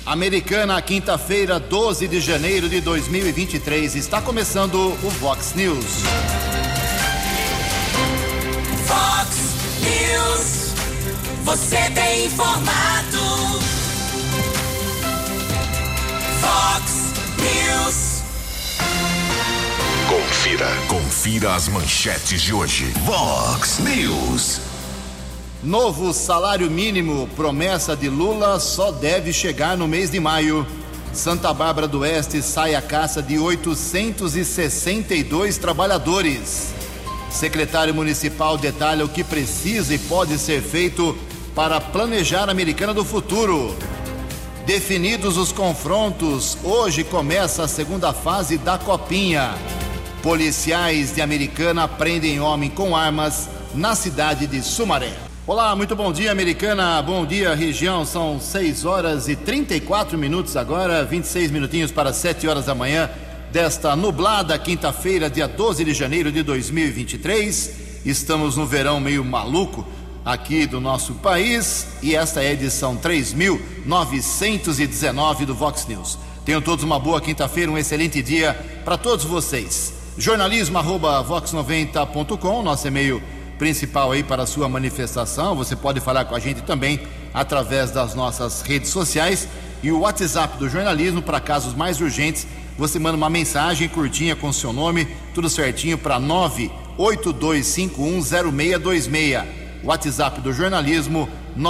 Americana, quinta-feira, 12 de janeiro de 2023. Está começando o Vox News. Vox News. Você bem informado. Vox News. Confira as manchetes de hoje. Vox News. Novo salário mínimo, promessa de Lula, só deve chegar no mês de maio. Santa Bárbara do Oeste sai à caça de 862 trabalhadores. Secretário municipal detalha o que precisa e pode ser feito para planejar a Americana do futuro. Definidos os confrontos, hoje começa a segunda fase da Copinha. Policiais de Americana prendem homem com armas na cidade de Sumaré. Olá, muito bom dia, Americana, bom dia, região. São 6 horas e 34 minutos agora, 26 minutinhos para 7 horas da manhã desta nublada quinta-feira, dia 12 de janeiro de 2023. Estamos no verão meio maluco aqui do nosso país e esta é a edição 3.919 do Vox News. Tenham todos uma boa quinta-feira, um excelente dia para todos vocês. Jornalismo@vox90.com, nosso e-mail principal aí para a sua manifestação. Você pode falar com a gente também através das nossas redes sociais e o WhatsApp do jornalismo para casos mais urgentes. Você manda uma mensagem curtinha com seu nome, tudo certinho, para 982510626. WhatsApp do jornalismo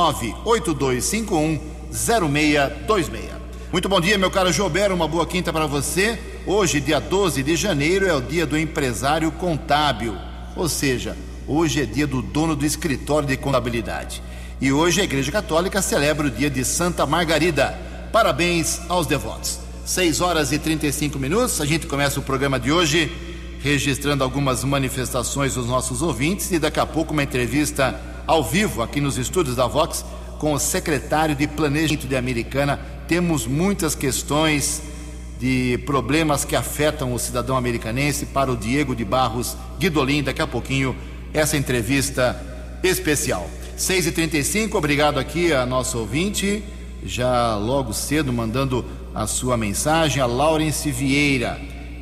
982510626. Muito bom dia, meu caro Joubert, uma boa quinta para você. Hoje, dia 12 de janeiro, é o dia do empresário contábil, ou seja, hoje é dia do dono do escritório de contabilidade. E hoje a Igreja Católica celebra o dia de Santa Margarida. Parabéns aos devotos. 6 horas e 35 minutos, a gente começa o programa de hoje registrando algumas manifestações dos nossos ouvintes e daqui a pouco uma entrevista ao vivo aqui nos estúdios da Vox com o secretário de Planejamento de Americana. Temos muitas questões de problemas que afetam o cidadão americanense para o Diego de Barros Guidolin. Daqui a pouquinho essa entrevista especial. 6h35, obrigado aqui a nosso ouvinte, já logo cedo mandando a sua mensagem, a Laurence Vieira.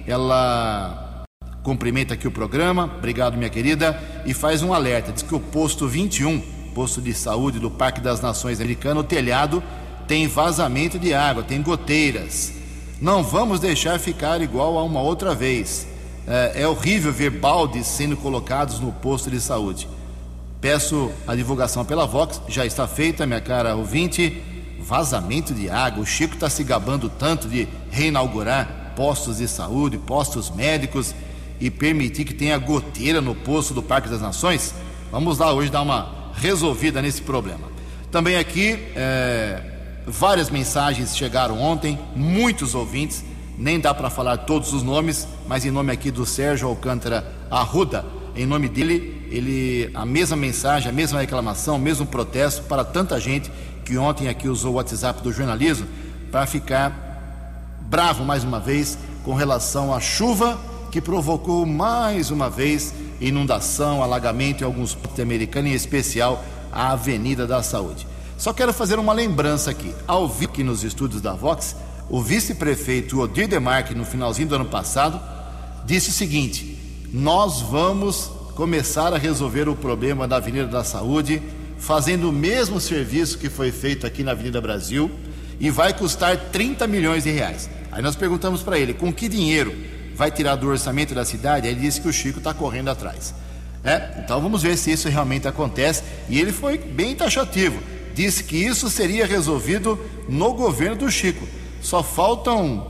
Ela cumprimenta aqui o programa, obrigado minha querida, e faz um alerta, diz que o posto 21, posto de saúde do Parque das Nações Americano, o telhado tem vazamento de água, tem goteiras. Não vamos deixar ficar igual a uma outra vez. É horrível ver baldes sendo colocados no posto de saúde. Peço a divulgação pela Vox, já está feita, minha cara ouvinte. Vazamento de água, o Chico está se gabando tanto de reinaugurar postos de saúde, postos médicos e permitir que tenha goteira no posto do Parque das Nações. Vamos lá hoje dar uma resolvida nesse problema. Também aqui, várias mensagens chegaram ontem, muitos ouvintes. Nem dá para falar todos os nomes, mas em nome aqui do Sérgio Alcântara Arruda, em nome dele, a mesma mensagem, a mesma reclamação, o mesmo protesto para tanta gente que ontem aqui usou o WhatsApp do jornalismo para ficar bravo mais uma vez com relação à chuva que provocou mais uma vez inundação, alagamento em alguns pontos americanos, em especial a Avenida da Saúde. Só quero fazer uma lembrança aqui, ao vir aqui nos estúdios da Vox, o vice-prefeito Odir Demarque, no finalzinho do ano passado, disse o seguinte: nós vamos começar a resolver o problema da Avenida da Saúde, fazendo o mesmo serviço que foi feito aqui na Avenida Brasil, e vai custar 30 milhões de reais. Aí nós perguntamos para ele, com que dinheiro vai tirar do orçamento da cidade? Aí ele disse que o Chico está correndo atrás. Então vamos ver se isso realmente acontece. E ele foi bem taxativo, disse que isso seria resolvido no governo do Chico. Só faltam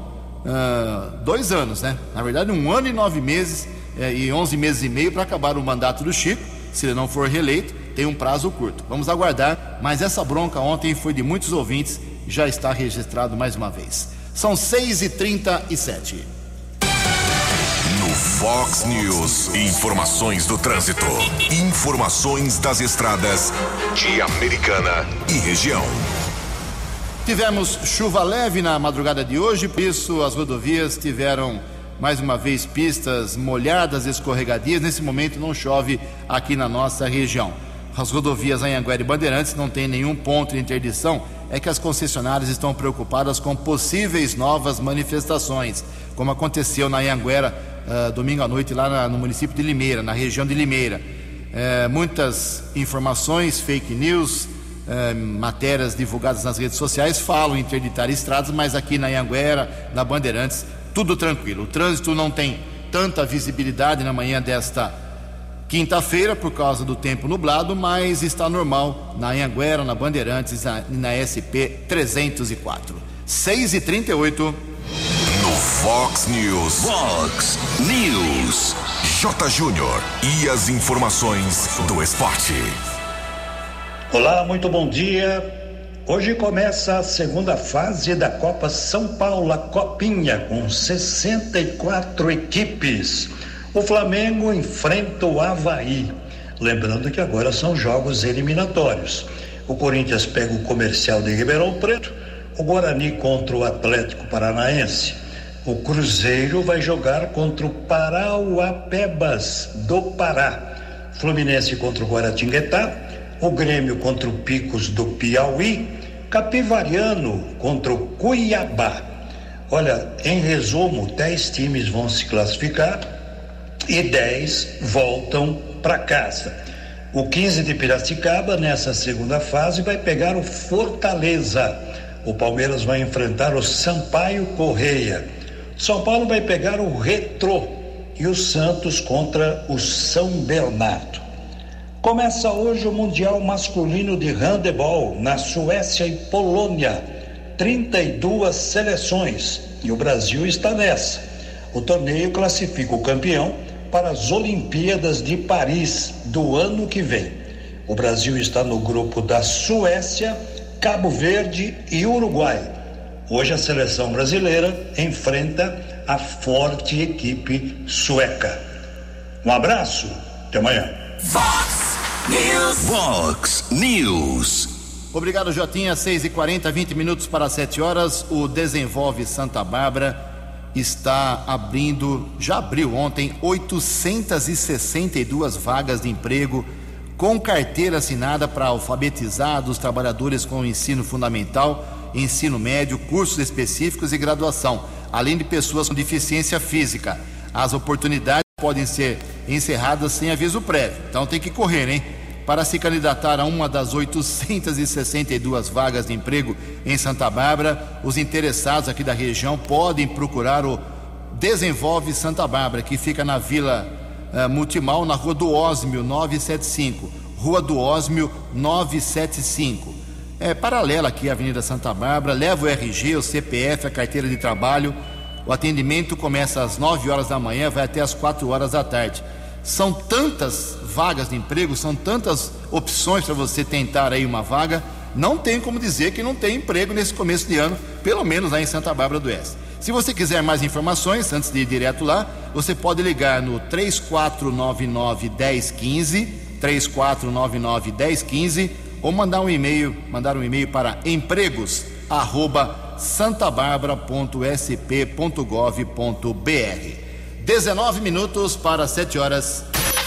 2 anos, né? Na verdade, 1 ano e 9 meses e 11 meses e meio para acabar o mandato do Chico. Se ele não for reeleito, tem um prazo curto. Vamos aguardar, mas essa bronca ontem foi de muitos ouvintes, já está registrado mais uma vez. São 6h37. No Vox News, informações do trânsito, informações das estradas de Americana e região. Tivemos chuva leve na madrugada de hoje, por isso as rodovias tiveram mais uma vez pistas molhadas, escorregadias. Nesse momento não chove aqui na nossa região. As rodovias Anhanguera e Bandeirantes não tem nenhum ponto de interdição, é que as concessionárias estão preocupadas com possíveis novas manifestações, como aconteceu na Anhanguera domingo à noite lá no município de Limeira, na região de Limeira. Muitas informações, fake news, matérias divulgadas nas redes sociais falam em interditar estradas, mas aqui na Anhanguera, na Bandeirantes, tudo tranquilo. O trânsito não tem tanta visibilidade na manhã desta quinta-feira por causa do tempo nublado, mas está normal na Anhanguera, na Bandeirantes e na SP 304. 6h38. No Fox News. Fox News. J. Júnior e as informações do esporte. Olá, muito bom dia. Hoje começa a segunda fase da Copa São Paulo, a Copinha, com 64 equipes. O Flamengo enfrenta o Avaí. Lembrando que agora são jogos eliminatórios. O Corinthians pega o Comercial de Ribeirão Preto, o Guarani contra o Atlético Paranaense. O Cruzeiro vai jogar contra o Parauapebas do Pará. Fluminense contra o Guaratinguetá. O Grêmio contra o Picos do Piauí. Capivariano contra o Cuiabá. Olha, em resumo, 10 times vão se classificar e 10 voltam para casa. O 15 de Piracicaba, nessa segunda fase, vai pegar o Fortaleza. O Palmeiras vai enfrentar o Sampaio Correia. São Paulo vai pegar o Retrô e o Santos contra o São Bernardo. Começa hoje o Mundial Masculino de Handebol na Suécia e Polônia. 32 seleções e o Brasil está nessa. O torneio classifica o campeão para as Olimpíadas de Paris do ano que vem. O Brasil está no grupo da Suécia, Cabo Verde e Uruguai. Hoje a seleção brasileira enfrenta a forte equipe sueca. Um abraço, até amanhã. Fox News. Fox News. Obrigado, Jotinha. 6h40, 20 minutos para 7 horas. O Desenvolve Santa Bárbara está abrindo, já abriu ontem, 862 vagas de emprego com carteira assinada para alfabetizados, trabalhadores com ensino fundamental, ensino médio, cursos específicos e graduação, além de pessoas com deficiência física. As oportunidades podem ser encerradas sem aviso prévio, então tem que correr, hein? Para se candidatar a uma das 862 vagas de emprego em Santa Bárbara, os interessados aqui da região podem procurar o Desenvolve Santa Bárbara, que fica na Vila Multimal, na Rua do Ósmio 975. Rua do Ósmio 975. É paralela aqui à Avenida Santa Bárbara. Leva o RG, o CPF, a carteira de trabalho. O atendimento começa às 9 horas da manhã, vai até às 4 horas da tarde. São tantas vagas de emprego, são tantas opções para você tentar aí uma vaga, não tem como dizer que não tem emprego nesse começo de ano, pelo menos lá em Santa Bárbara do Oeste. Se você quiser mais informações, antes de ir direto lá, você pode ligar no 3499-1015, 3499-1015, ou mandar um e-mail para empregos@santabarbara.sp.gov.br. 19 minutos para 7 horas.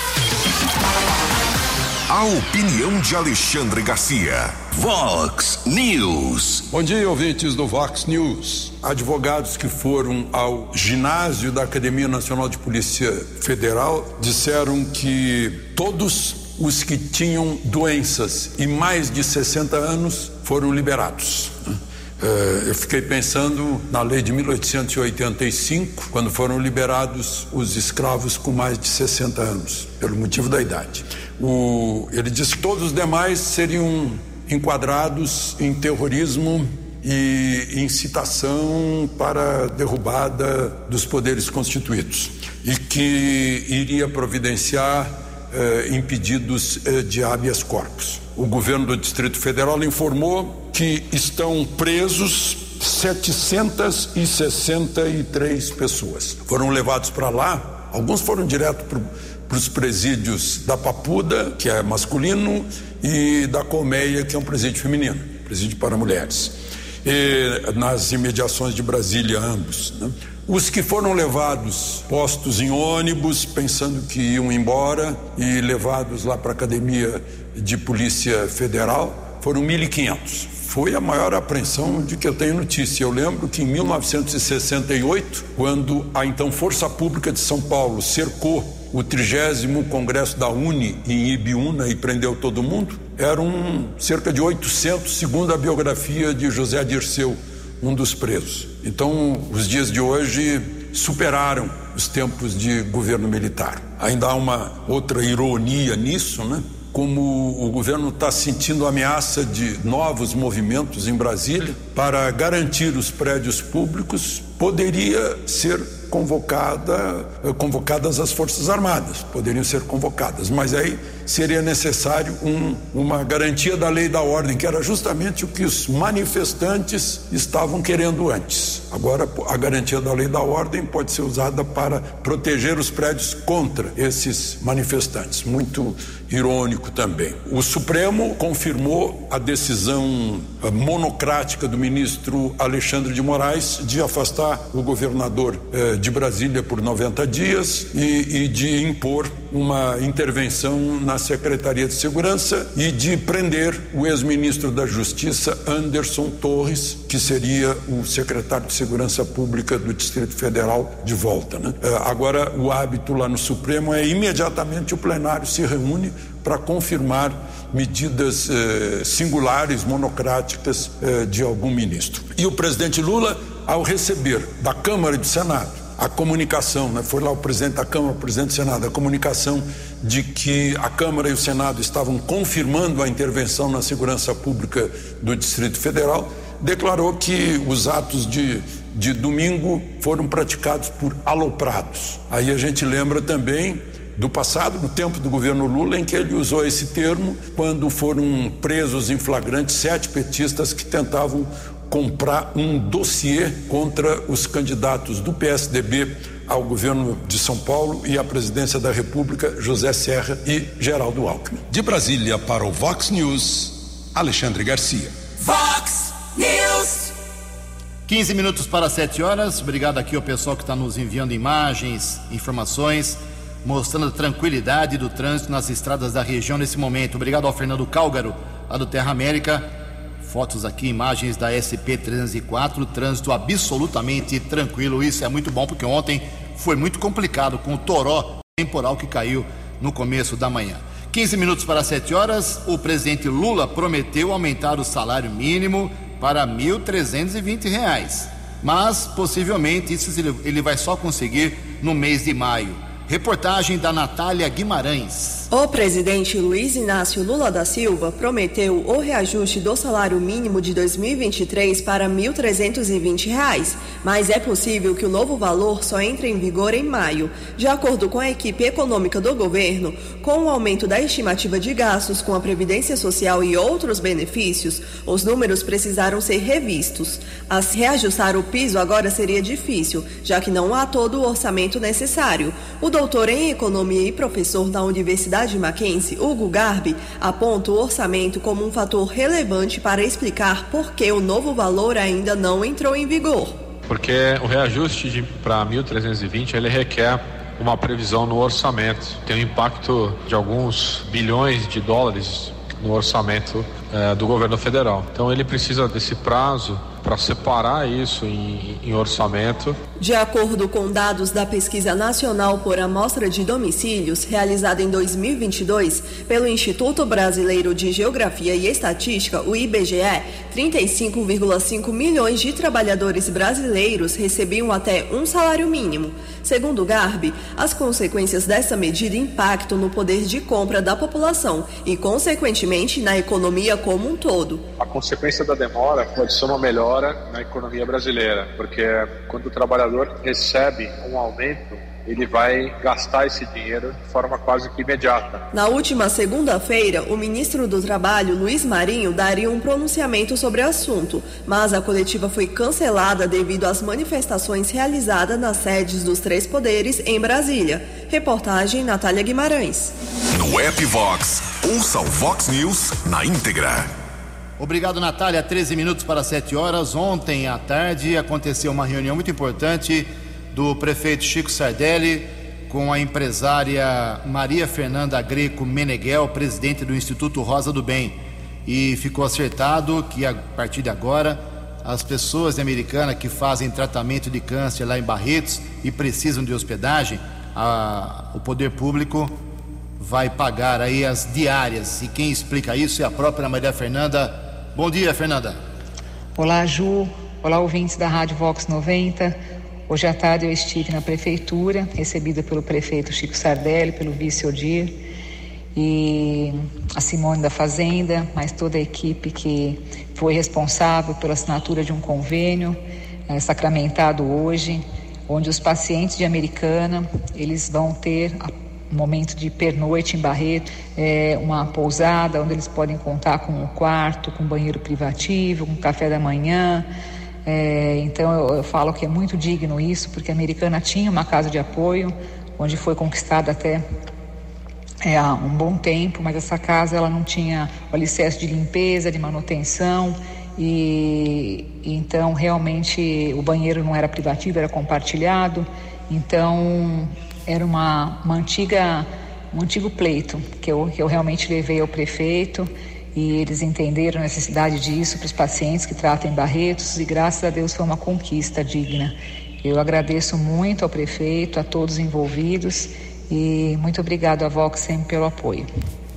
A opinião de Alexandre Garcia. Vox News. Bom dia, ouvintes do Vox News. Advogados que foram ao ginásio da Academia Nacional de Polícia Federal disseram que todos os que tinham doenças e mais de 60 anos foram liberados. Eu fiquei pensando na lei de 1885, quando foram liberados os escravos com mais de 60 anos, pelo motivo da idade. Ele diz que todos os demais seriam enquadrados em terrorismo e incitação para derrubada dos poderes constituídos, e que iria providenciar impedidos de habeas corpus. O governo do Distrito Federal informou que estão presos 763 pessoas. Foram levados para lá, alguns foram direto para os presídios da Papuda, que é masculino, e da Colmeia, que é um presídio feminino, presídio para mulheres, nas imediações de Brasília, ambos, né? Os que foram levados, postos em ônibus, pensando que iam embora, e levados lá para a Academia de Polícia Federal, foram 1.500. foi a maior apreensão de que eu tenho notícia. Eu lembro que em 1968, quando a então Força Pública de São Paulo cercou o 30º Congresso da UNE em Ibiúna e prendeu todo mundo, eram cerca de 800, segundo a biografia de José Dirceu, um dos presos. Então, os dias de hoje superaram os tempos de governo militar. Ainda há uma outra ironia nisso, né? Como o governo está sentindo ameaça de novos movimentos em Brasília para garantir os prédios públicos, poderia ser convocadas as Forças Armadas, poderiam ser convocadas, mas aí seria necessário uma garantia da lei e da ordem, que era justamente o que os manifestantes estavam querendo antes. Agora, a garantia da lei e da ordem pode ser usada para proteger os prédios contra esses manifestantes. Muito irônico também. O Supremo confirmou a decisão monocrática do ministro Alexandre de Moraes de afastar o governador de Brasília por 90 dias e de impor uma intervenção na Secretaria de Segurança e de prender o ex-ministro da Justiça, Anderson Torres, que seria o secretário de Segurança Pública do Distrito Federal, de volta, né? Agora, o hábito lá no Supremo é imediatamente o plenário se reúne para confirmar medidas singulares, monocráticas de algum ministro. E o presidente Lula, ao receber da Câmara e do Senado a comunicação, né, foi lá o presidente da Câmara, o presidente do Senado, a comunicação de que a Câmara e o Senado estavam confirmando a intervenção na segurança pública do Distrito Federal, declarou que os atos de domingo foram praticados por aloprados. Aí a gente lembra também do passado, no tempo do governo Lula, em que ele usou esse termo quando foram presos em flagrante 7 petistas que tentavam comprar um dossiê contra os candidatos do PSDB ao governo de São Paulo e à presidência da República, José Serra e Geraldo Alckmin. De Brasília para o Vox News, Alexandre Garcia. Vox News. 15 minutos para 7 horas. Obrigado aqui ao pessoal que está nos enviando imagens, informações, mostrando a tranquilidade do trânsito nas estradas da região nesse momento. Obrigado ao Fernando Cálgaro, lá do Terra América. Fotos aqui, imagens da SP-304, trânsito absolutamente tranquilo. Isso é muito bom, porque ontem foi muito complicado com o toró temporal que caiu no começo da manhã. 15 minutos para 7 horas, o presidente Lula prometeu aumentar o salário mínimo para R$ 1.320, mas possivelmente isso ele vai só conseguir no mês de maio. Reportagem da Natália Guimarães. O presidente Luiz Inácio Lula da Silva prometeu o reajuste do salário mínimo de 2023 para R$ 1.320, mas é possível que o novo valor só entre em vigor em maio. De acordo com a equipe econômica do governo, com o aumento da estimativa de gastos com a Previdência Social e outros benefícios, os números precisaram ser revistos. Reajustar o piso agora seria difícil, já que não há todo o orçamento necessário. O doutor em Economia e professor da Universidade Mackenzie, Hugo Garbi, aponta o orçamento como um fator relevante para explicar por que o novo valor ainda não entrou em vigor. Porque o reajuste para 1.320 ele requer uma previsão no orçamento. Tem um impacto de alguns bilhões de dólares no orçamento do governo federal. Então ele precisa desse prazo para separar isso em orçamento. De acordo com dados da Pesquisa Nacional por Amostra de Domicílios, realizada em 2022 pelo Instituto Brasileiro de Geografia e Estatística, o IBGE, 35,5 milhões de trabalhadores brasileiros recebiam até um salário mínimo. Segundo Garbi, as consequências dessa medida impactam no poder de compra da população e, consequentemente, na economia como um todo. A consequência da demora pode ser uma melhora na economia brasileira, porque quando o trabalhador recebe um aumento, ele vai gastar esse dinheiro de forma quase que imediata. Na última segunda-feira, o ministro do Trabalho, Luiz Marinho, daria um pronunciamento sobre o assunto, mas a coletiva foi cancelada devido às manifestações realizadas nas sedes dos 3 poderes em Brasília. Reportagem Natália Guimarães. No app Vox, ouça o Vox News na íntegra. Obrigado, Natália. 13 minutos para 7 horas. Ontem à tarde aconteceu uma reunião muito importante do prefeito Chico Sardelli com a empresária Maria Fernanda Greco Meneghel, presidente do Instituto Rosa do Bem. e ficou acertado que a partir de agora as pessoas de Americana que fazem tratamento de câncer lá em Barretos e precisam de hospedagem, o poder público vai pagar aí as diárias, e quem explica isso é a própria Maria Fernanda. Bom dia, Fernanda. Olá, Ju. Olá, ouvintes da Rádio Vox 90. Hoje à tarde eu estive na prefeitura, recebida pelo prefeito Chico Sardelli, pelo vice Odir e a Simone da Fazenda, mas toda a equipe que foi responsável pela assinatura de um convênio sacramentado hoje, onde os pacientes de Americana, eles vão ter um momento de pernoite em Barreto, uma pousada onde eles podem contar com um quarto, com banheiro privativo, com café da manhã. Então eu falo que é muito digno isso, porque a Americana tinha uma casa de apoio, onde foi conquistada até há um bom tempo, mas essa casa ela não tinha o alicerce de limpeza, de manutenção, e então realmente o banheiro não era privativo, era compartilhado. Então era um antigo pleito que eu realmente levei ao prefeito, e eles entenderam a necessidade disso para os pacientes que tratam em Barretos, e graças a Deus foi uma conquista digna. Eu agradeço muito ao prefeito, a todos os envolvidos, e muito obrigado à Vox sempre pelo apoio.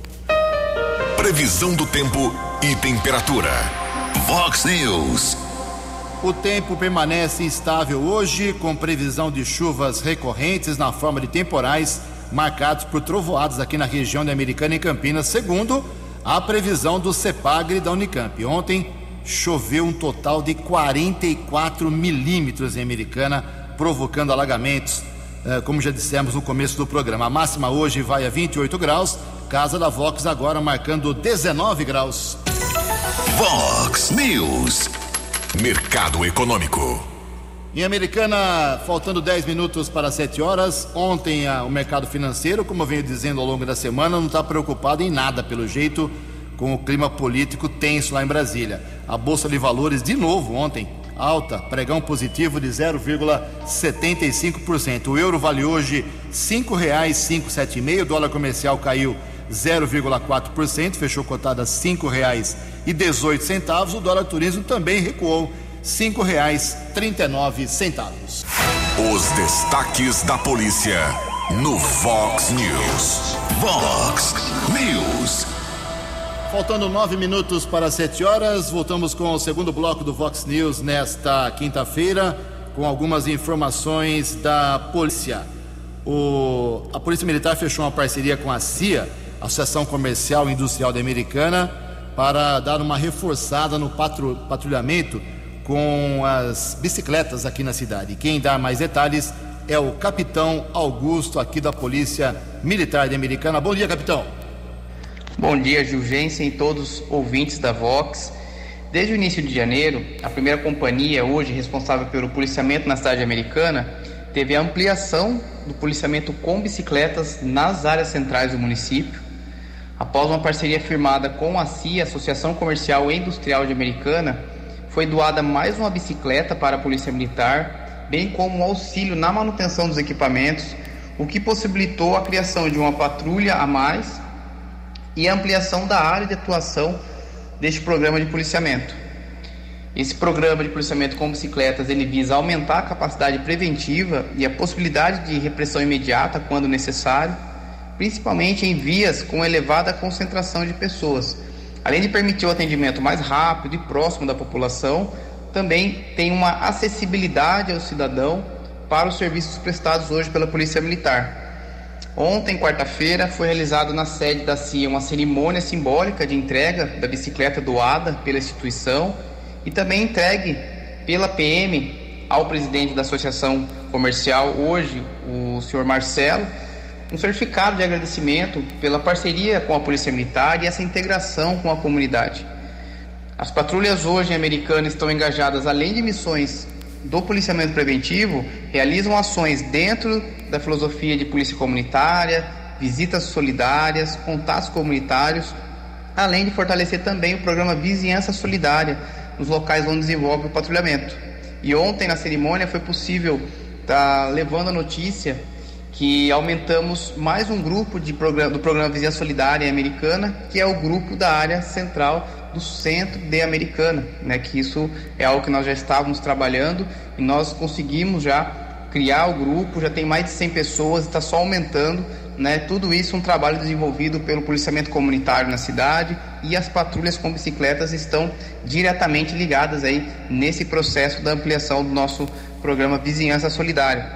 Previsão do tempo e temperatura. Vox News. O tempo permanece instável hoje, com previsão de chuvas recorrentes na forma de temporais, marcados por trovoadas aqui na região de Americana e Campinas, segundo a previsão do CEPAGRE da Unicamp. Ontem choveu um total de 44 milímetros em Americana, provocando alagamentos, como já dissemos no começo do programa. A máxima hoje vai a 28 graus, Casa da Vox agora marcando 19 graus. Vox News. Mercado Econômico. Em Americana, faltando 10 minutos para 7 horas, ontem o mercado financeiro, como eu venho dizendo ao longo da semana, não está preocupado em nada, pelo jeito, com o clima político tenso lá em Brasília. A Bolsa de Valores, de novo, ontem, alta, pregão positivo de 0,75%. O euro vale hoje R$ 5,576, o dólar comercial caiu 0,4%, fechou cotada a R$ 5,18. O dólar turismo também recuou, R$ 5,39. Os destaques da polícia no Vox News. Vox News. Faltando 9 minutos para 7 horas, voltamos com o segundo bloco do Vox News nesta quinta-feira, com algumas informações da polícia. A Polícia Militar fechou uma parceria com a CIA, Associação Comercial e Industrial da Americana, para dar uma reforçada no patrulhamento com as bicicletas aqui na cidade. Quem dá mais detalhes é o Capitão Augusto, aqui da Polícia Militar de Americana. Bom dia, capitão. Bom dia, Gilgensen e todos os ouvintes da Vox. Desde o início de janeiro, a primeira companhia, hoje responsável pelo policiamento na cidade americana, teve a ampliação do policiamento com bicicletas nas áreas centrais do município. Após uma parceria firmada com a CIA, Associação Comercial e Industrial de Americana, foi doada mais uma bicicleta para a Polícia Militar, bem como um auxílio na manutenção dos equipamentos, o que possibilitou a criação de uma patrulha a mais e a ampliação da área de atuação deste programa de policiamento. Esse programa de policiamento com bicicletas, ele visa aumentar a capacidade preventiva e a possibilidade de repressão imediata quando necessário, principalmente em vias com elevada concentração de pessoas. Além de permitir o atendimento mais rápido e próximo da população, também tem uma acessibilidade ao cidadão para os serviços prestados hoje pela Polícia Militar. Ontem, quarta-feira, foi realizada na sede da CIA uma cerimônia simbólica de entrega da bicicleta doada pela instituição e também entregue pela PM ao presidente da Associação Comercial, hoje, o senhor Marcelo, um certificado de agradecimento pela parceria com a Polícia Militar e essa integração com a comunidade. As patrulhas hoje em Americana estão engajadas, além de missões do policiamento preventivo, realizam ações dentro da filosofia de polícia comunitária, visitas solidárias, contatos comunitários, além de fortalecer também o programa Vizinhança Solidária nos locais onde desenvolve o patrulhamento. E ontem, na cerimônia, foi possível estar levando a notícia que aumentamos mais um grupo do programa Vizinhança Solidária Americana, que é o grupo da área central do centro de Americana, né? Que isso é algo que nós já estávamos trabalhando e nós conseguimos já criar o grupo, já tem mais de 100 pessoas, está só aumentando, né? Tudo isso é um trabalho desenvolvido pelo policiamento comunitário na cidade, e as patrulhas com bicicletas estão diretamente ligadas aí nesse processo da ampliação do nosso programa Vizinhança Solidária.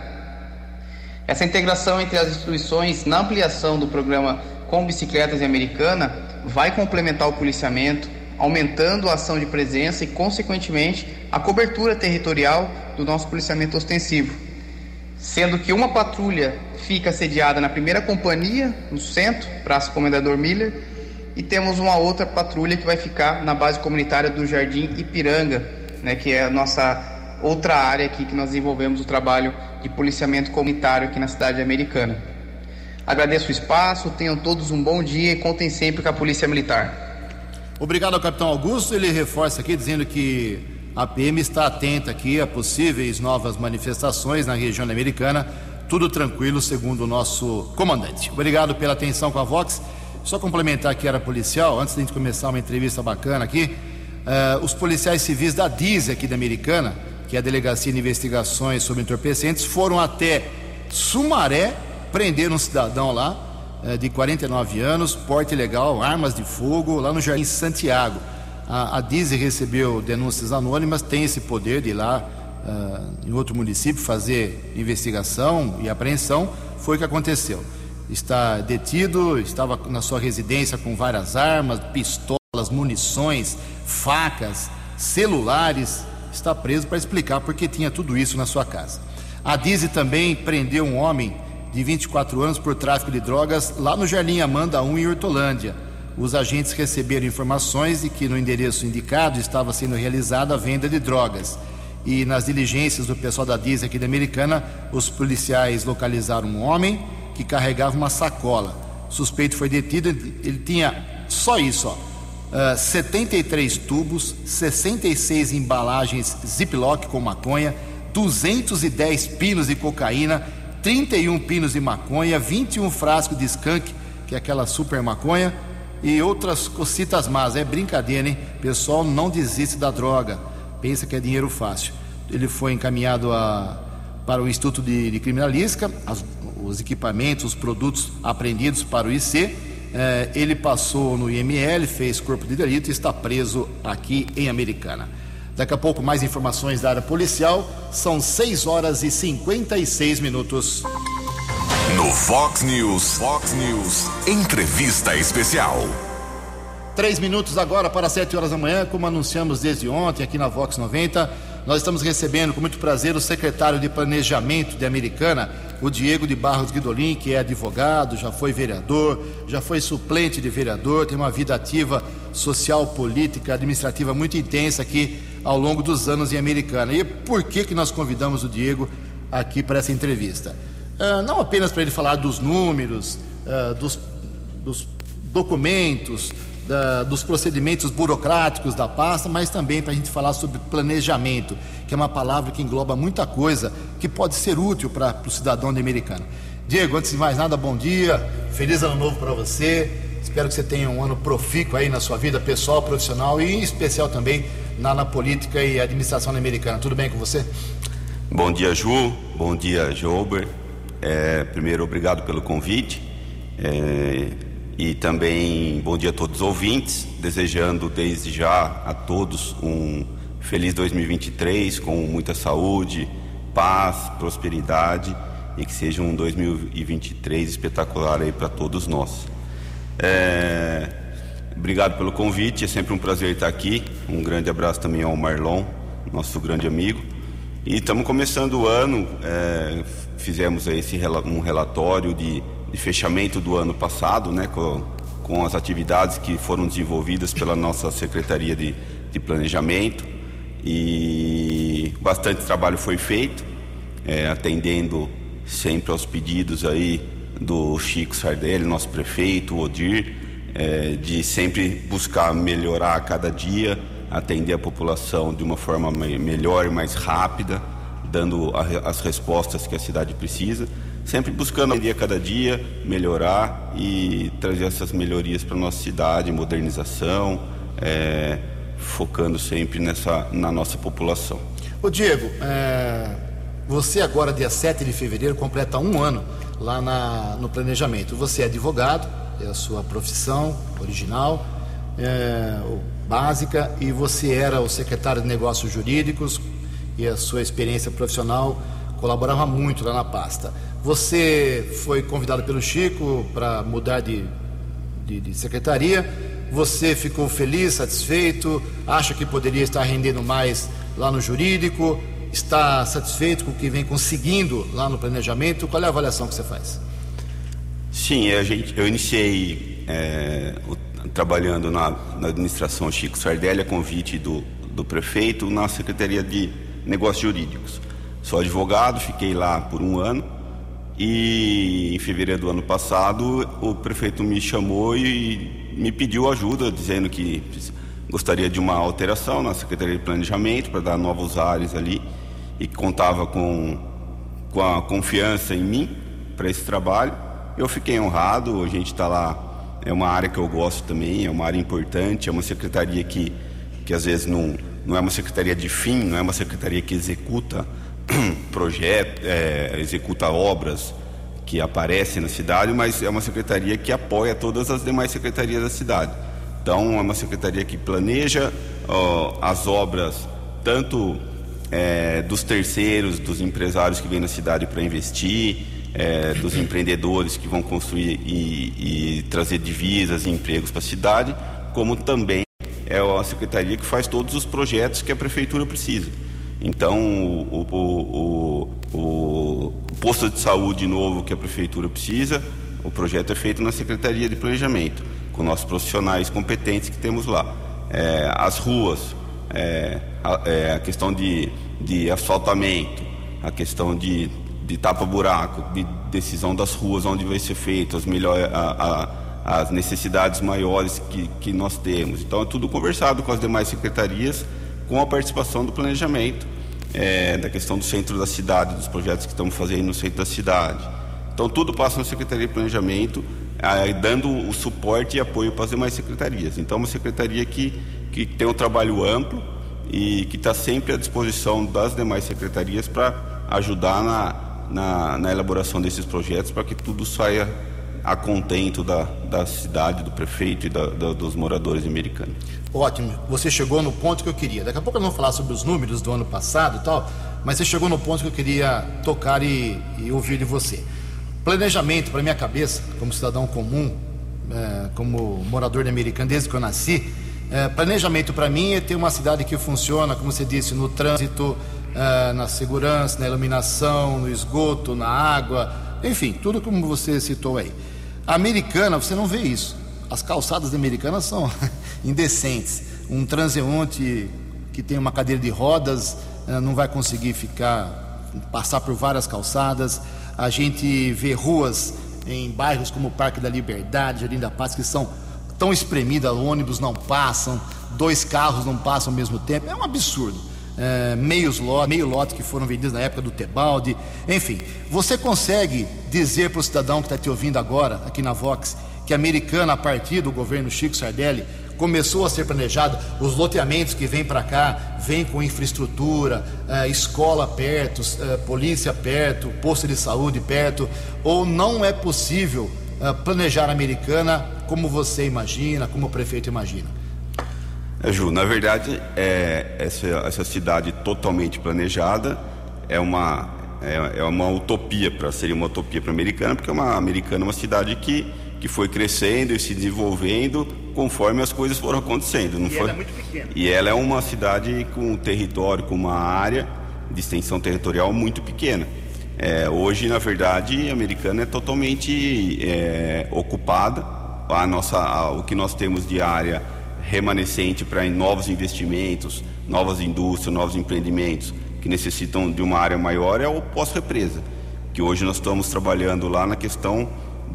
Essa integração entre as instituições na ampliação do programa com bicicletas em Americana vai complementar o policiamento, aumentando a ação de presença e, consequentemente, a cobertura territorial do nosso policiamento ostensivo. Sendo que uma patrulha fica sediada na primeira companhia, no centro, Praça Comendador Miller, e temos uma outra patrulha que vai ficar na base comunitária do Jardim Ipiranga, né, que é a nossa outra área aqui que nós desenvolvemos o trabalho de policiamento comunitário aqui na cidade americana. Agradeço o espaço, tenham todos um bom dia e contem sempre com a Polícia Militar. Obrigado ao capitão Augusto. Ele reforça aqui dizendo que a PM está atenta aqui a possíveis novas manifestações na região americana. Tudo tranquilo, segundo o nosso comandante. Obrigado pela atenção com a Vox. Só complementar que era policial, antes de a gente começar uma entrevista bacana aqui, os policiais civis da DIS aqui da Americana, que é a Delegacia de Investigações sobre Entorpecentes, foram até Sumaré, prenderam um cidadão lá, de 49 anos, porte ilegal, armas de fogo, lá no Jardim Santiago. A DIS recebeu denúncias anônimas, tem esse poder de ir lá em outro município fazer investigação e apreensão. Foi o que aconteceu. Está detido, estava na sua residência com várias armas, pistolas, munições, facas, celulares. Está preso para explicar por que tinha tudo isso na sua casa. A DIS também prendeu um homem de 24 anos por tráfico de drogas lá no Jardim Amanda 1 em Hortolândia. Os agentes receberam informações de que no endereço indicado estava sendo realizada a venda de drogas. E nas diligências do pessoal da DIS aqui da Americana, os policiais localizaram um homem que carregava uma sacola. O suspeito foi detido, ele tinha só isso, 73 tubos, 66 embalagens Ziploc com maconha, 210 pinos de cocaína, 31 pinos de maconha, 21 frascos de skunk, que é aquela super maconha, e outras cocitas más. É brincadeira, hein? Pessoal, não desiste da droga, pensa que é dinheiro fácil. Ele foi encaminhado para o Instituto de Criminalística, os equipamentos, os produtos apreendidos para o IC. Ele passou no IML, fez corpo de delito e está preso aqui em Americana. Daqui a pouco mais informações da área policial. São 6 horas e 56 minutos. No Fox News, entrevista especial. 3 minutos agora para 7 horas da manhã, como anunciamos desde ontem aqui na Vox 90, nós estamos recebendo com muito prazer o secretário de Planejamento de Americana, o Diego de Barros Guidolin, que é advogado, já foi vereador, já foi suplente de vereador, tem uma vida ativa social, política, administrativa muito intensa aqui ao longo dos anos em Americana. E por que nós convidamos o Diego aqui para essa entrevista? Não apenas para ele falar dos números, dos documentos, dos procedimentos burocráticos da pasta, mas também para a gente falar sobre planejamento, que é uma palavra que engloba muita coisa que pode ser útil para o cidadão de Americana. Diego, antes de mais nada, bom dia, feliz ano novo para você, espero que você tenha um ano profícuo aí na sua vida pessoal, profissional e em especial também na política e administração da Americana. Tudo bem com você? Bom dia, Ju, bom dia, Jober. Primeiro, obrigado pelo convite. E também bom dia a todos os ouvintes, desejando desde já a todos um feliz 2023 com muita saúde, paz, prosperidade e que seja um 2023 espetacular aí para todos nós. Obrigado pelo convite, é sempre um prazer estar aqui. Um grande abraço também ao Marlon, nosso grande amigo. E estamos começando o ano, fizemos aí um relatório de fechamento do ano passado, né, com as atividades que foram desenvolvidas pela nossa Secretaria de Planejamento, e bastante trabalho foi feito, atendendo sempre aos pedidos aí do Chico Sardelli, nosso prefeito, o Odir, de sempre buscar melhorar a cada dia, atender a população de uma forma melhor e mais rápida, dando as respostas que a cidade precisa, sempre buscando a cada dia melhorar e trazer essas melhorias para a nossa cidade, modernização, focando sempre na nossa população. Ô Diego, você agora, dia 7 de fevereiro, completa 1 ano lá no planejamento. Você é advogado, é a sua profissão original, básica, e você era o secretário de Negócios Jurídicos, e a sua experiência profissional colaborava muito lá na pasta. Você foi convidado pelo Chico para mudar de secretaria. Você ficou feliz, satisfeito? Acha que poderia estar rendendo mais lá no jurídico? Está satisfeito com o que vem conseguindo lá no planejamento? Qual é a avaliação que você faz? Sim, eu iniciei trabalhando na administração Chico Sardelli, a convite do prefeito, na Secretaria de Negócios Jurídicos. Sou advogado, fiquei lá por 1 ano e em fevereiro do ano passado o prefeito me chamou e me pediu ajuda, dizendo que gostaria de uma alteração na Secretaria de Planejamento para dar novos ares ali, e contava com a confiança em mim para esse trabalho. Eu fiquei honrado. A gente está lá, é uma área que eu gosto também, é uma área importante, é uma secretaria que às vezes não é uma secretaria de fim, não é uma secretaria que executa projetos, executa obras que aparecem na cidade, mas é uma secretaria que apoia todas as demais secretarias da cidade. Então é uma secretaria que planeja as obras, tanto dos terceiros, dos empresários que vêm na cidade para investir, dos empreendedores que vão construir e trazer divisas e empregos para a cidade, como também é a secretaria que faz todos os projetos que a prefeitura precisa. Então, o posto de saúde novo que a prefeitura precisa, o projeto é feito na Secretaria de Planejamento, com nossos profissionais competentes que temos lá. As ruas, a questão de asfaltamento, a questão de tapa-buraco, de decisão das ruas onde vai ser feito, as necessidades maiores que nós temos. Então é tudo conversado com as demais secretarias, com a participação do planejamento, da questão do centro da cidade, dos projetos que estamos fazendo no centro da cidade. Então tudo passa na Secretaria de Planejamento, dando o suporte e apoio para as demais secretarias. Então é uma secretaria que tem um trabalho amplo e que está sempre à disposição das demais secretarias para ajudar na elaboração desses projetos, para que tudo saia a contento da cidade, do prefeito e dos moradores americanos. Ótimo, você chegou no ponto que eu queria. Daqui a pouco eu não vou falar sobre os números do ano passado e tal, mas você chegou no ponto que eu queria tocar e ouvir de você. Planejamento, para minha cabeça, como cidadão comum, como morador de Americana desde que eu nasci, planejamento para mim é ter uma cidade que funciona, como você disse, no trânsito, na segurança, na iluminação, no esgoto, na água, enfim, tudo como você citou aí. A Americana, você não vê isso. As calçadas da Americana são indecentes. Um transeunte que tem uma cadeira de rodas não vai conseguir passar por várias calçadas. A gente vê ruas em bairros como o Parque da Liberdade, Jardim da Paz, que são tão espremidas, ônibus não passam, 2 carros não passam ao mesmo tempo. É um absurdo. Meio lote que foram vendidos na época do Tebaldi. Enfim, você consegue dizer para o cidadão que está te ouvindo agora aqui na Vox que a Americana, a partir do governo Chico Sardelli, começou a ser planejada? Os loteamentos que vêm para cá vêm com infraestrutura, escola perto, polícia perto, posto de saúde perto, ou não é possível planejar a Americana como você imagina, como o prefeito imagina? Ju, na verdade, essa cidade totalmente planejada é uma utopia, seria uma utopia para a Americana, porque a Americana é uma cidade que foi crescendo e se desenvolvendo conforme as coisas foram acontecendo. Ela é muito pequena. E ela é uma cidade com um território, com uma área de extensão territorial muito pequena. Hoje, na verdade, a Americana é totalmente ocupada. O que nós temos de área remanescente para novos investimentos, novas indústrias, novos empreendimentos que necessitam de uma área maior é o pós-represa, que hoje nós estamos trabalhando lá na questão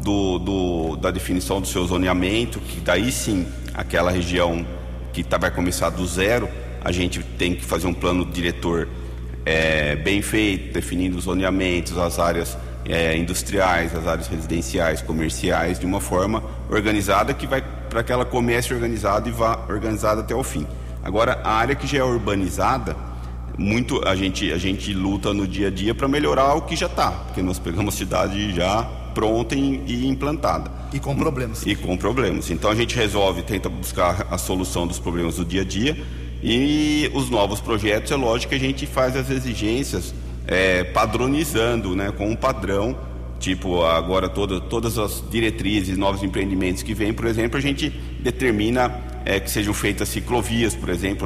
da definição do seu zoneamento, que daí sim, aquela região que vai começar do zero, a gente tem que fazer um plano diretor bem feito, definindo os zoneamentos, as áreas industriais, as áreas residenciais, comerciais, de uma forma organizada que vai para que ela comece organizada e vá organizada até o fim. Agora, a área que já é urbanizada, muito a gente luta no dia a dia para melhorar o que já está, porque nós pegamos a cidade já pronta e implantada. E com problemas. E com problemas. Então a gente tenta buscar a solução dos problemas do dia a dia, e os novos projetos, é lógico que a gente faz as exigências padronizando, né, com um padrão, tipo agora todas as diretrizes, novos empreendimentos que vêm, por exemplo, a gente determina que sejam feitas ciclovias, por exemplo,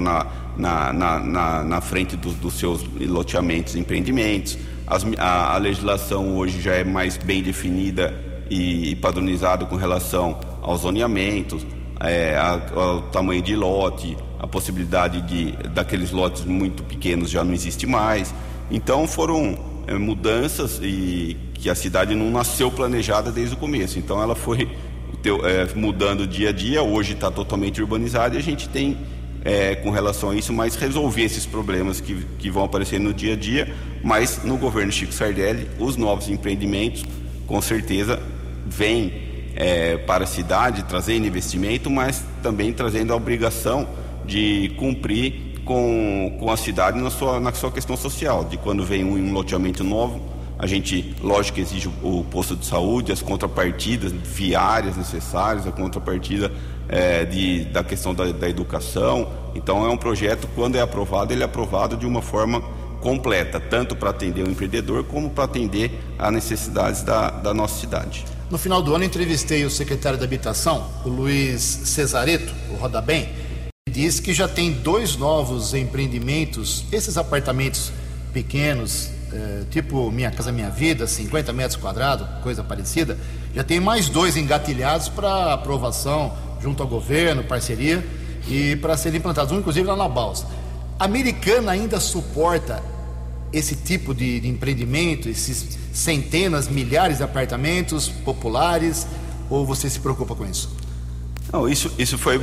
na frente dos seus loteamentos e empreendimentos. A legislação hoje já é mais bem definida e padronizada com relação aos zoneamentos, ao tamanho de lote, a possibilidade daqueles lotes muito pequenos já não existe mais. Então foram mudanças e que a cidade não nasceu planejada desde o começo. Então ela foi mudando dia a dia. Hoje está totalmente urbanizada e a gente tem com relação a isso, mas resolver esses problemas que vão aparecer no dia a dia. Mas no governo Chico Sardelli, os novos empreendimentos com certeza vêm para a cidade trazendo investimento, mas também trazendo a obrigação de cumprir com a cidade na sua questão social, de quando vem um loteamento novo, a gente, lógico, exige o posto de saúde, as contrapartidas viárias necessárias, a contrapartida da questão da educação. Então é um projeto, quando é aprovado, ele é aprovado de uma forma completa, tanto para atender o empreendedor como para atender às necessidades da nossa cidade. No final do ano entrevistei o secretário da Habitação, o Luiz Cesareto, o Roda Bem, e disse que já tem 2 novos empreendimentos, esses apartamentos pequenos, tipo Minha Casa Minha Vida, 50 metros quadrados, coisa parecida, já tem mais 2 engatilhados para aprovação junto ao governo, parceria, e para serem implantados, um inclusive lá na Balsa. A Americana ainda suporta esse tipo de empreendimento, esses centenas, milhares de apartamentos populares, ou você se preocupa com isso? Não, isso foi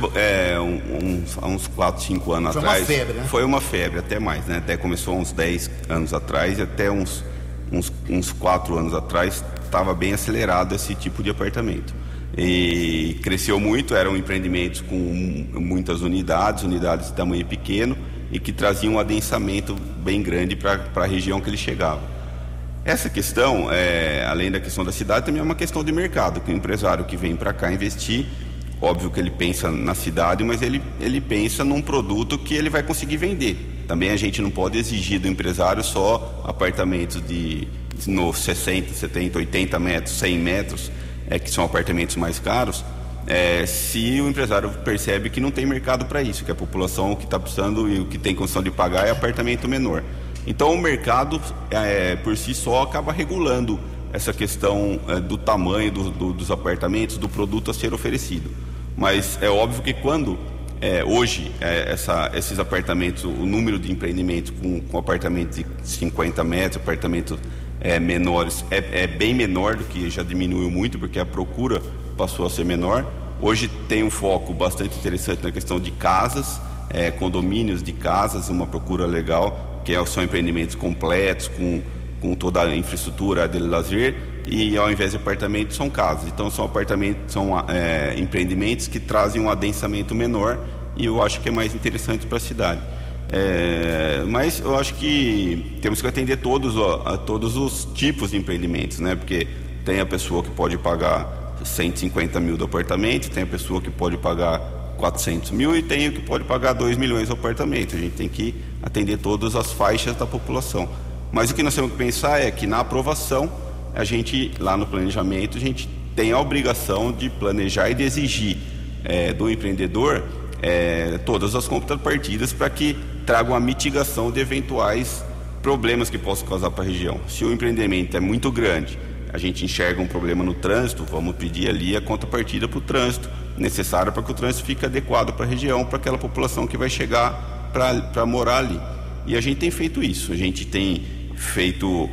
há uns 4, 5 anos atrás. Foi uma febre, né? Foi uma febre, até mais, né? Até começou uns 10 anos atrás e até uns 4 anos atrás estava bem acelerado esse tipo de apartamento. E cresceu muito, eram empreendimentos com muitas unidades de tamanho pequeno e que traziam um adensamento bem grande para a região que ele chegava. Essa questão, além da questão da cidade, também é uma questão de mercado, que o empresário que vem para cá investir, óbvio que ele pensa na cidade, mas ele pensa num produto que ele vai conseguir vender. Também a gente não pode exigir do empresário só apartamentos de 60, 70, 80 metros, 100 metros, que são apartamentos mais caros, se o empresário percebe que não tem mercado para isso, que a população o que está precisando e o que tem condição de pagar é apartamento menor. Então o mercado por si só acaba regulando essa questão do tamanho dos apartamentos, do produto a ser oferecido. Mas é óbvio que quando hoje esses apartamentos, o número de empreendimentos com apartamentos de 50 metros, apartamentos menores, é bem menor do que já diminuiu muito, porque a procura passou a ser menor. Hoje tem um foco bastante interessante na questão de casas, condomínios de casas, uma procura legal, que são empreendimentos completos, com toda a infraestrutura de lazer, e ao invés de apartamentos são casas. Então são empreendimentos que trazem um adensamento menor, e eu acho que é mais interessante para a cidade. Mas eu acho que temos que atender a todos os tipos de empreendimentos, né? Porque tem a pessoa que pode pagar 150 mil do apartamento, tem a pessoa que pode pagar 400 mil e tem o que pode pagar 2 milhões do apartamento. A gente tem que atender todas as faixas da população. Mas o que nós temos que pensar é que na aprovação, a gente, lá no planejamento, a gente tem a obrigação de planejar e de exigir do empreendedor todas as contrapartidas para que traga uma mitigação de eventuais problemas que possam causar para a região. Se o empreendimento é muito grande, a gente enxerga um problema no trânsito, vamos pedir ali a contrapartida para o trânsito, necessária para que o trânsito fique adequado para a região, para aquela população que vai chegar para morar ali. E a gente tem feito isso, a gente tem feito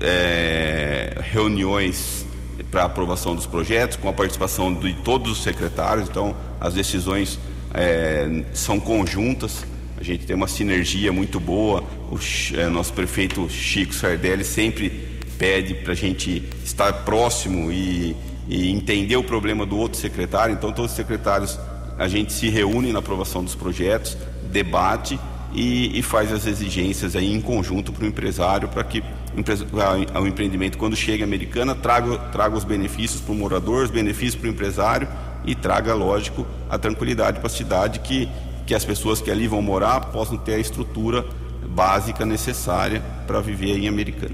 reuniões para aprovação dos projetos, com a participação de todos os secretários, então as decisões são conjuntas, a gente tem uma sinergia muito boa. Nosso prefeito Chico Sardelli sempre pede para a gente estar próximo e e entender o problema do outro secretário. Então todos os secretários, a gente se reúne na aprovação dos projetos, debate e faz as exigências aí em conjunto para o empresário, para que o empreendimento, quando chega em Americana, traga os benefícios para o morador, os benefícios para o empresário e traga, lógico, a tranquilidade para a cidade, que as pessoas que ali vão morar possam ter a estrutura básica necessária para viver em Americana.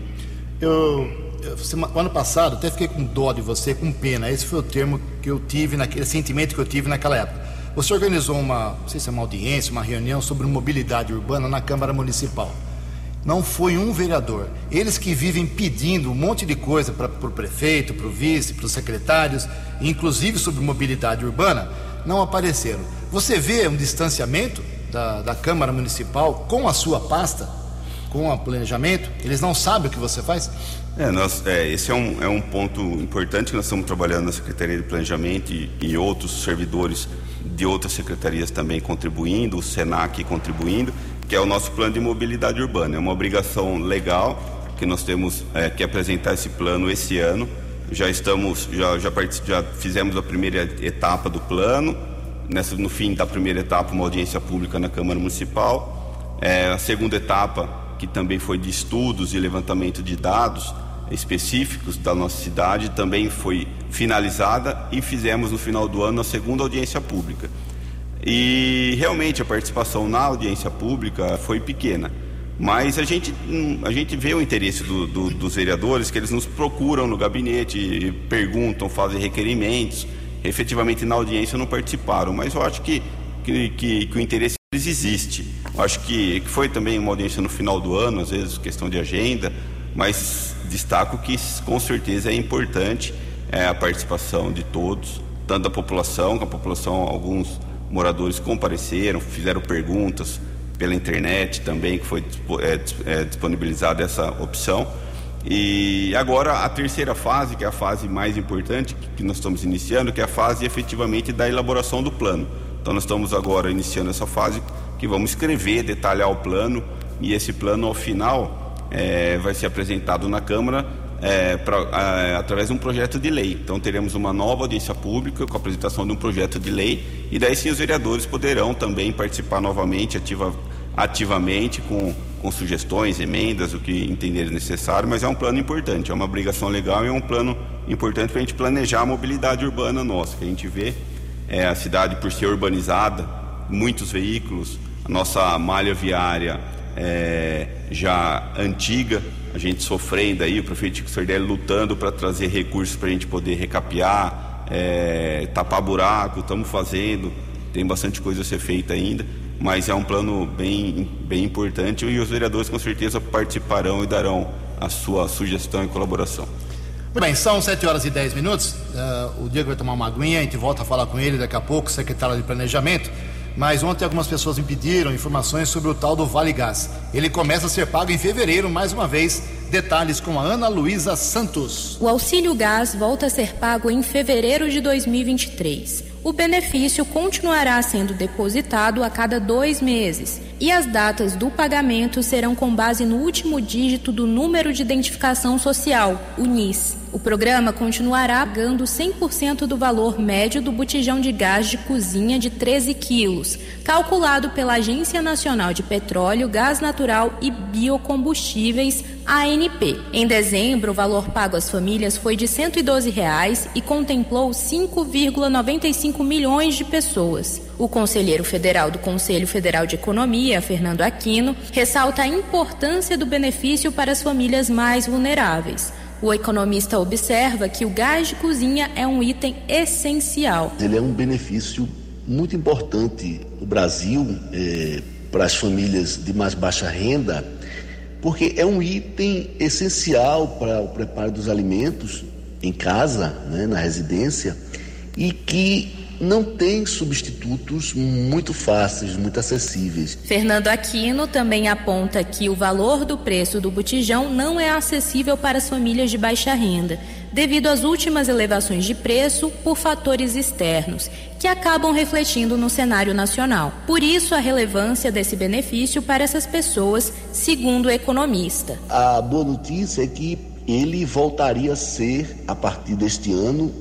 Ano passado até fiquei com dó de você, com pena. Esse foi o termo que eu tive, aquele sentimento que eu tive naquela época. Você organizou não sei se é uma audiência, uma reunião sobre mobilidade urbana na Câmara Municipal. Não foi um vereador. Eles que vivem pedindo um monte de coisa para o prefeito, para o vice, para os secretários, inclusive sobre mobilidade urbana, não apareceram. Você vê um distanciamento da Câmara Municipal com a sua pasta, com o planejamento? Eles não sabem o que você faz? Esse é um ponto importante que nós estamos trabalhando na Secretaria de Planejamento e outros servidores de outras secretarias também contribuindo, o SENAC contribuindo, que é o nosso plano de mobilidade urbana. É uma obrigação legal que nós temos que apresentar esse plano esse ano. Já fizemos a primeira etapa do plano, no fim da primeira etapa uma audiência pública na Câmara Municipal, a segunda etapa, que também foi de estudos e levantamento de dados específicos da nossa cidade, também foi finalizada e fizemos no final do ano a segunda audiência pública. E realmente a participação na audiência pública foi pequena, mas a gente vê o interesse dos vereadores, que eles nos procuram no gabinete, perguntam, fazem requerimentos. Efetivamente na audiência não participaram, mas eu acho que o interesse deles existe. Eu acho que foi também uma audiência no final do ano, às vezes questão de agenda, mas destaco que com certeza é importante a participação de todos, tanto da população, alguns moradores compareceram, fizeram perguntas pela internet também, que foi disponibilizada essa opção. E agora a terceira fase, que é a fase mais importante que nós estamos iniciando, que é a fase efetivamente da elaboração do plano. Então nós estamos agora iniciando essa fase que vamos escrever, detalhar o plano, e esse plano ao final vai ser apresentado na Câmara através de um projeto de lei. Então teremos uma nova audiência pública com a apresentação de um projeto de lei, e daí sim os vereadores poderão também participar novamente, ativamente, com sugestões, emendas, o que entenderem necessário, mas é um plano importante, é uma obrigação legal e é um plano importante para a gente planejar a mobilidade urbana nossa, que a gente vê a cidade, por ser urbanizada, muitos veículos, a nossa malha viária já antiga, a gente sofrendo aí, o prefeito Chico Sardelli lutando para trazer recursos para a gente poder recapear, tapar buraco, estamos fazendo, tem bastante coisa a ser feita ainda, mas é um plano bem importante, e os vereadores com certeza participarão e darão a sua sugestão e colaboração. Muito bem, são 7h10. O Diego vai tomar uma aguinha, a gente volta a falar com ele daqui a pouco, secretário de Planejamento. Mas ontem algumas pessoas me pediram informações sobre o tal do Vale Gás. Ele começa a ser pago em fevereiro, mais uma vez. Detalhes com a Ana Luísa Santos. O auxílio gás volta a ser pago em fevereiro de 2023. O benefício continuará sendo depositado a cada 2 meses e as datas do pagamento serão com base no último dígito do número de identificação social, o NIS. O programa continuará pagando 100% do valor médio do botijão de gás de cozinha de 13 quilos, calculado pela Agência Nacional de Petróleo, Gás Natural e Biocombustíveis, ANP. Em dezembro, o valor pago às famílias foi de R$ 112 e contemplou 5,95 milhões de pessoas. O conselheiro federal do Conselho Federal de Economia, Fernando Aquino, ressalta a importância do benefício para as famílias mais vulneráveis. O economista observa que o gás de cozinha é um item essencial. Ele é um benefício muito importante no Brasil para as famílias de mais baixa renda, porque é um item essencial para o preparo dos alimentos em casa, na residência, e que não tem substitutos muito fáceis, muito acessíveis. Fernando Aquino também aponta que o valor do preço do botijão não é acessível para as famílias de baixa renda, devido às últimas elevações de preço por fatores externos, que acabam refletindo no cenário nacional. Por isso, a relevância desse benefício para essas pessoas, segundo o economista. A boa notícia é que ele voltaria a ser, a partir deste ano,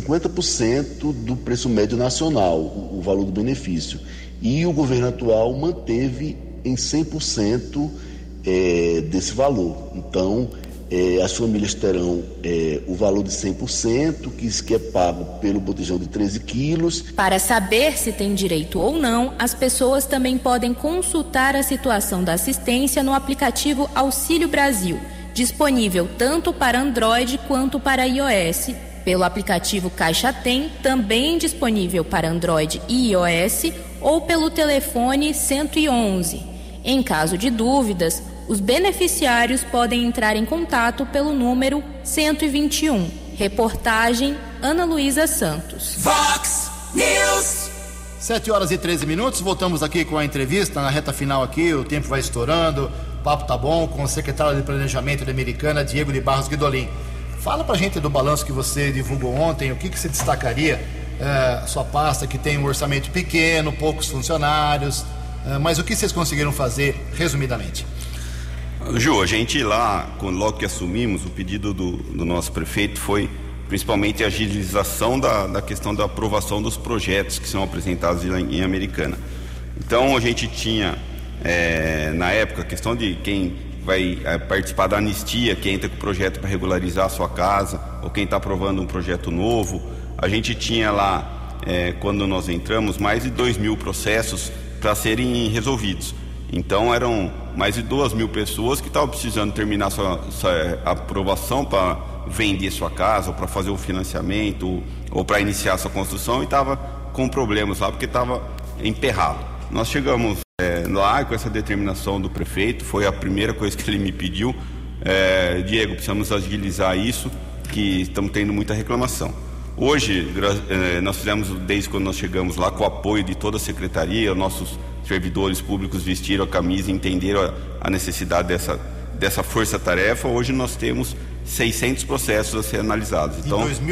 50% do preço médio nacional, o valor do benefício. E o governo atual manteve em 100% desse valor. Então, as famílias terão o valor de 100%, que é pago pelo botijão de 13 quilos. Para saber se tem direito ou não, as pessoas também podem consultar a situação da assistência no aplicativo Auxílio Brasil, disponível tanto para Android quanto para iOS. Pelo aplicativo Caixa Tem, também disponível para Android e iOS, ou pelo telefone 111. Em caso de dúvidas, os beneficiários podem entrar em contato pelo número 121. Reportagem Ana Luísa Santos. Vox News. 7h13, voltamos aqui com a entrevista, na reta final aqui, o tempo vai estourando, o papo tá bom, com o secretário de Planejamento da Americana, Diego de Barros Guidolin. Fala pra gente do balanço que você divulgou ontem, o que você destacaria, sua pasta que tem um orçamento pequeno, poucos funcionários, mas o que vocês conseguiram fazer, resumidamente? Ju, a gente lá, logo que assumimos, o pedido do nosso prefeito foi principalmente a agilização da questão da aprovação dos projetos que são apresentados em Americana. Então a gente tinha, na época, a questão de quem vai participar da anistia, quem entra com o projeto para regularizar a sua casa, ou quem está aprovando um projeto novo. A gente tinha lá, quando nós entramos, mais de 2.000 processos para serem resolvidos. Então eram mais de 2.000 pessoas que estavam precisando terminar sua aprovação para vender sua casa, ou para fazer um financiamento, ou para iniciar sua construção, e estava com problemas lá porque estava emperrado. Nós chegamos lá com essa determinação do prefeito, foi a primeira coisa que ele me pediu. Diego, precisamos agilizar isso, que estamos tendo muita reclamação. Hoje, nós fizemos, desde quando nós chegamos lá, com o apoio de toda a secretaria, nossos servidores públicos vestiram a camisa e entenderam a necessidade dessa força-tarefa. Hoje nós temos 600 processos a ser analisados. Então, de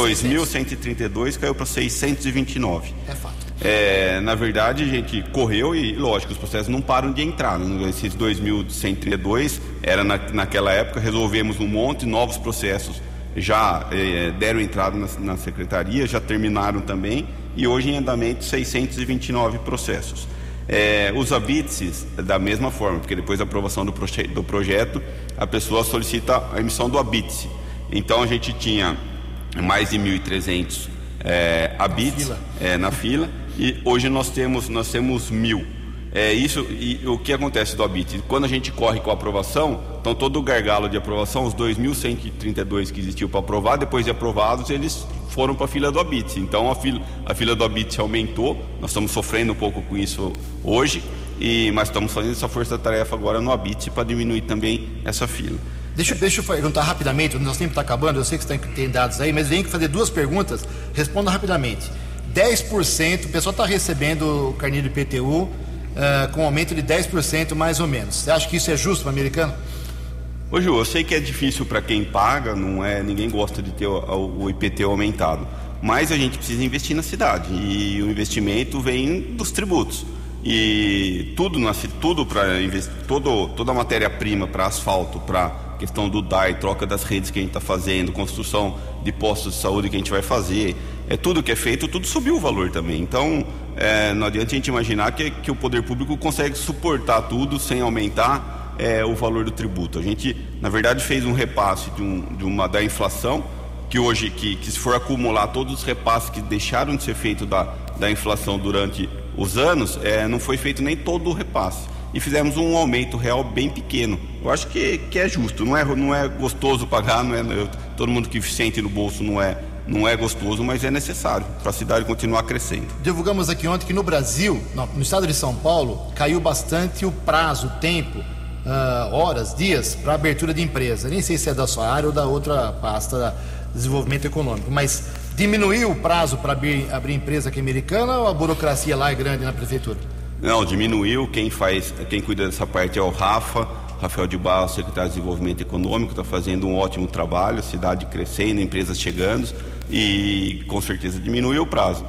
2.132 caiu para 629. É fato. Na verdade, a gente correu e, lógico, os processos não param de entrar. Esses 2.132 era naquela época, resolvemos um monte, novos processos já deram entrada na secretaria, já terminaram também, e hoje em andamento 629 processos. Os habítices da mesma forma, porque depois da aprovação do projeto, a pessoa solicita a emissão do habítice. Então a gente tinha mais de 1.300 habítices na fila, e hoje nós temos 1.000. Isso, e o que acontece do habítice? Quando a gente corre com a aprovação, então todo o gargalo de aprovação, os 2.132 que existiu para aprovar, depois de aprovados, eles foram para a fila do habítice. Então a fila do habítice aumentou, nós estamos sofrendo um pouco com isso hoje, mas estamos fazendo essa força-tarefa agora no habítice para diminuir também essa fila. Deixa eu perguntar rapidamente, o nosso tempo está acabando, eu sei que você tem dados aí, mas tem que fazer duas perguntas, responda rapidamente. 10%, o pessoal está recebendo o carnê do IPTU, com um aumento de 10% mais ou menos. Você acha que isso é justo para o americano? Ô Ju, eu sei que é difícil para quem paga, ninguém gosta de ter o IPTU aumentado, mas a gente precisa investir na cidade, e o investimento vem dos tributos. E toda a matéria-prima para asfalto, para questão do DAI, troca das redes que a gente está fazendo, construção de postos de saúde que a gente vai fazer, tudo que é feito, tudo subiu o valor também. Então, não adianta a gente imaginar que o poder público consegue suportar tudo sem aumentar o valor do tributo. A gente, na verdade, fez um repasse da inflação, que hoje, que se for acumular todos os repasses que deixaram de ser feitos da inflação durante os anos, não foi feito nem todo o repasse. E fizemos um aumento real bem pequeno. Eu acho que é justo, não é gostoso pagar, todo mundo que sente no bolso não é gostoso, mas é necessário para a cidade continuar crescendo. Divulgamos aqui ontem que no Brasil, no estado de São Paulo, caiu bastante o prazo, o tempo, horas, dias, para abertura de empresa. Nem sei se é da sua área ou da outra pasta, desenvolvimento econômico, mas diminuiu o prazo para abrir empresa aqui americana, ou a burocracia lá é grande na prefeitura? Não, diminuiu. Quem cuida dessa parte é o Rafael de Barros, secretário de Desenvolvimento Econômico, está fazendo um ótimo trabalho, a cidade crescendo, empresas chegando, e com certeza diminuiu o prazo.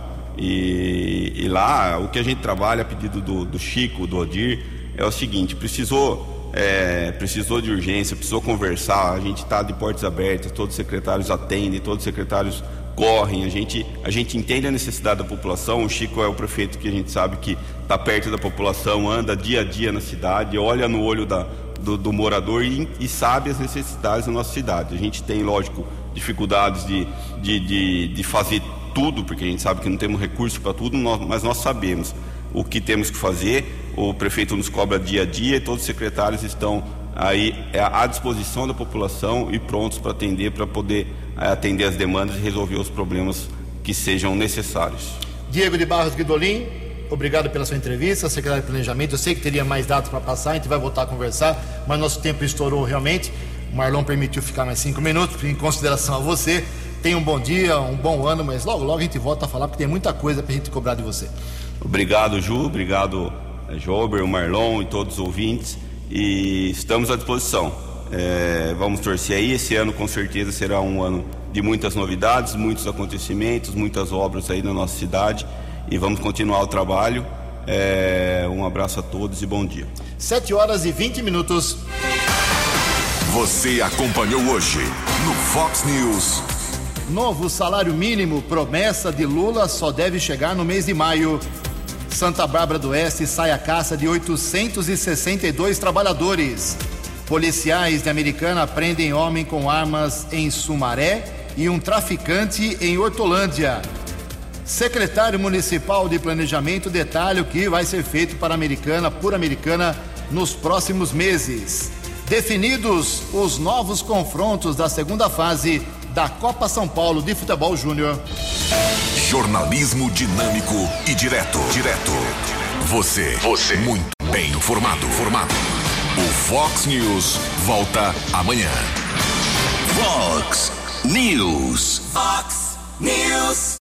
E lá, o que a gente trabalha a pedido do Chico, do Odir, é o seguinte: precisou precisou de urgência, precisou conversar, a gente está de portas abertas, todos os secretários atendem, todos os secretários correm, a gente entende a necessidade da população. O Chico é o prefeito que a gente sabe que está perto da população, anda dia a dia na cidade, olha no olho do morador e sabe as necessidades da nossa cidade. A gente tem, lógico, dificuldades de fazer tudo, porque a gente sabe que não temos recurso para tudo, mas nós sabemos o que temos que fazer. O prefeito nos cobra dia a dia e todos os secretários estão aí à disposição da população e prontos para atender, para poder atender as demandas e resolver os problemas que sejam necessários. Diego de Barros Guidolin, obrigado pela sua entrevista, secretário de Planejamento. Eu sei que teria mais dados para passar, a gente vai voltar a conversar, mas nosso tempo estourou realmente. O Marlon permitiu ficar mais 5 minutos, em consideração a você. Tenha um bom dia, um bom ano, mas logo a gente volta a falar, porque tem muita coisa para a gente cobrar de você. Obrigado, Ju, obrigado, Jober, o Marlon e todos os ouvintes, e estamos à disposição. Vamos torcer aí. Esse ano com certeza será um ano de muitas novidades, muitos acontecimentos, muitas obras aí na nossa cidade, e vamos continuar o trabalho. Um abraço a todos e bom dia. 7h20. Você acompanhou hoje no Fox News. Novo salário mínimo, promessa de Lula, só deve chegar no mês de maio. Santa Bárbara do Oeste sai à caça de 862 trabalhadores. Policiais de Americana prendem homem com armas em Sumaré e um traficante em Hortolândia. Secretário Municipal de Planejamento detalha o que vai ser feito para Americana, por Americana, nos próximos meses. Definidos os novos confrontos da segunda fase da Copa São Paulo de Futebol Júnior. Jornalismo dinâmico e direto. Você muito bem informado. O Fox News volta amanhã. Fox News.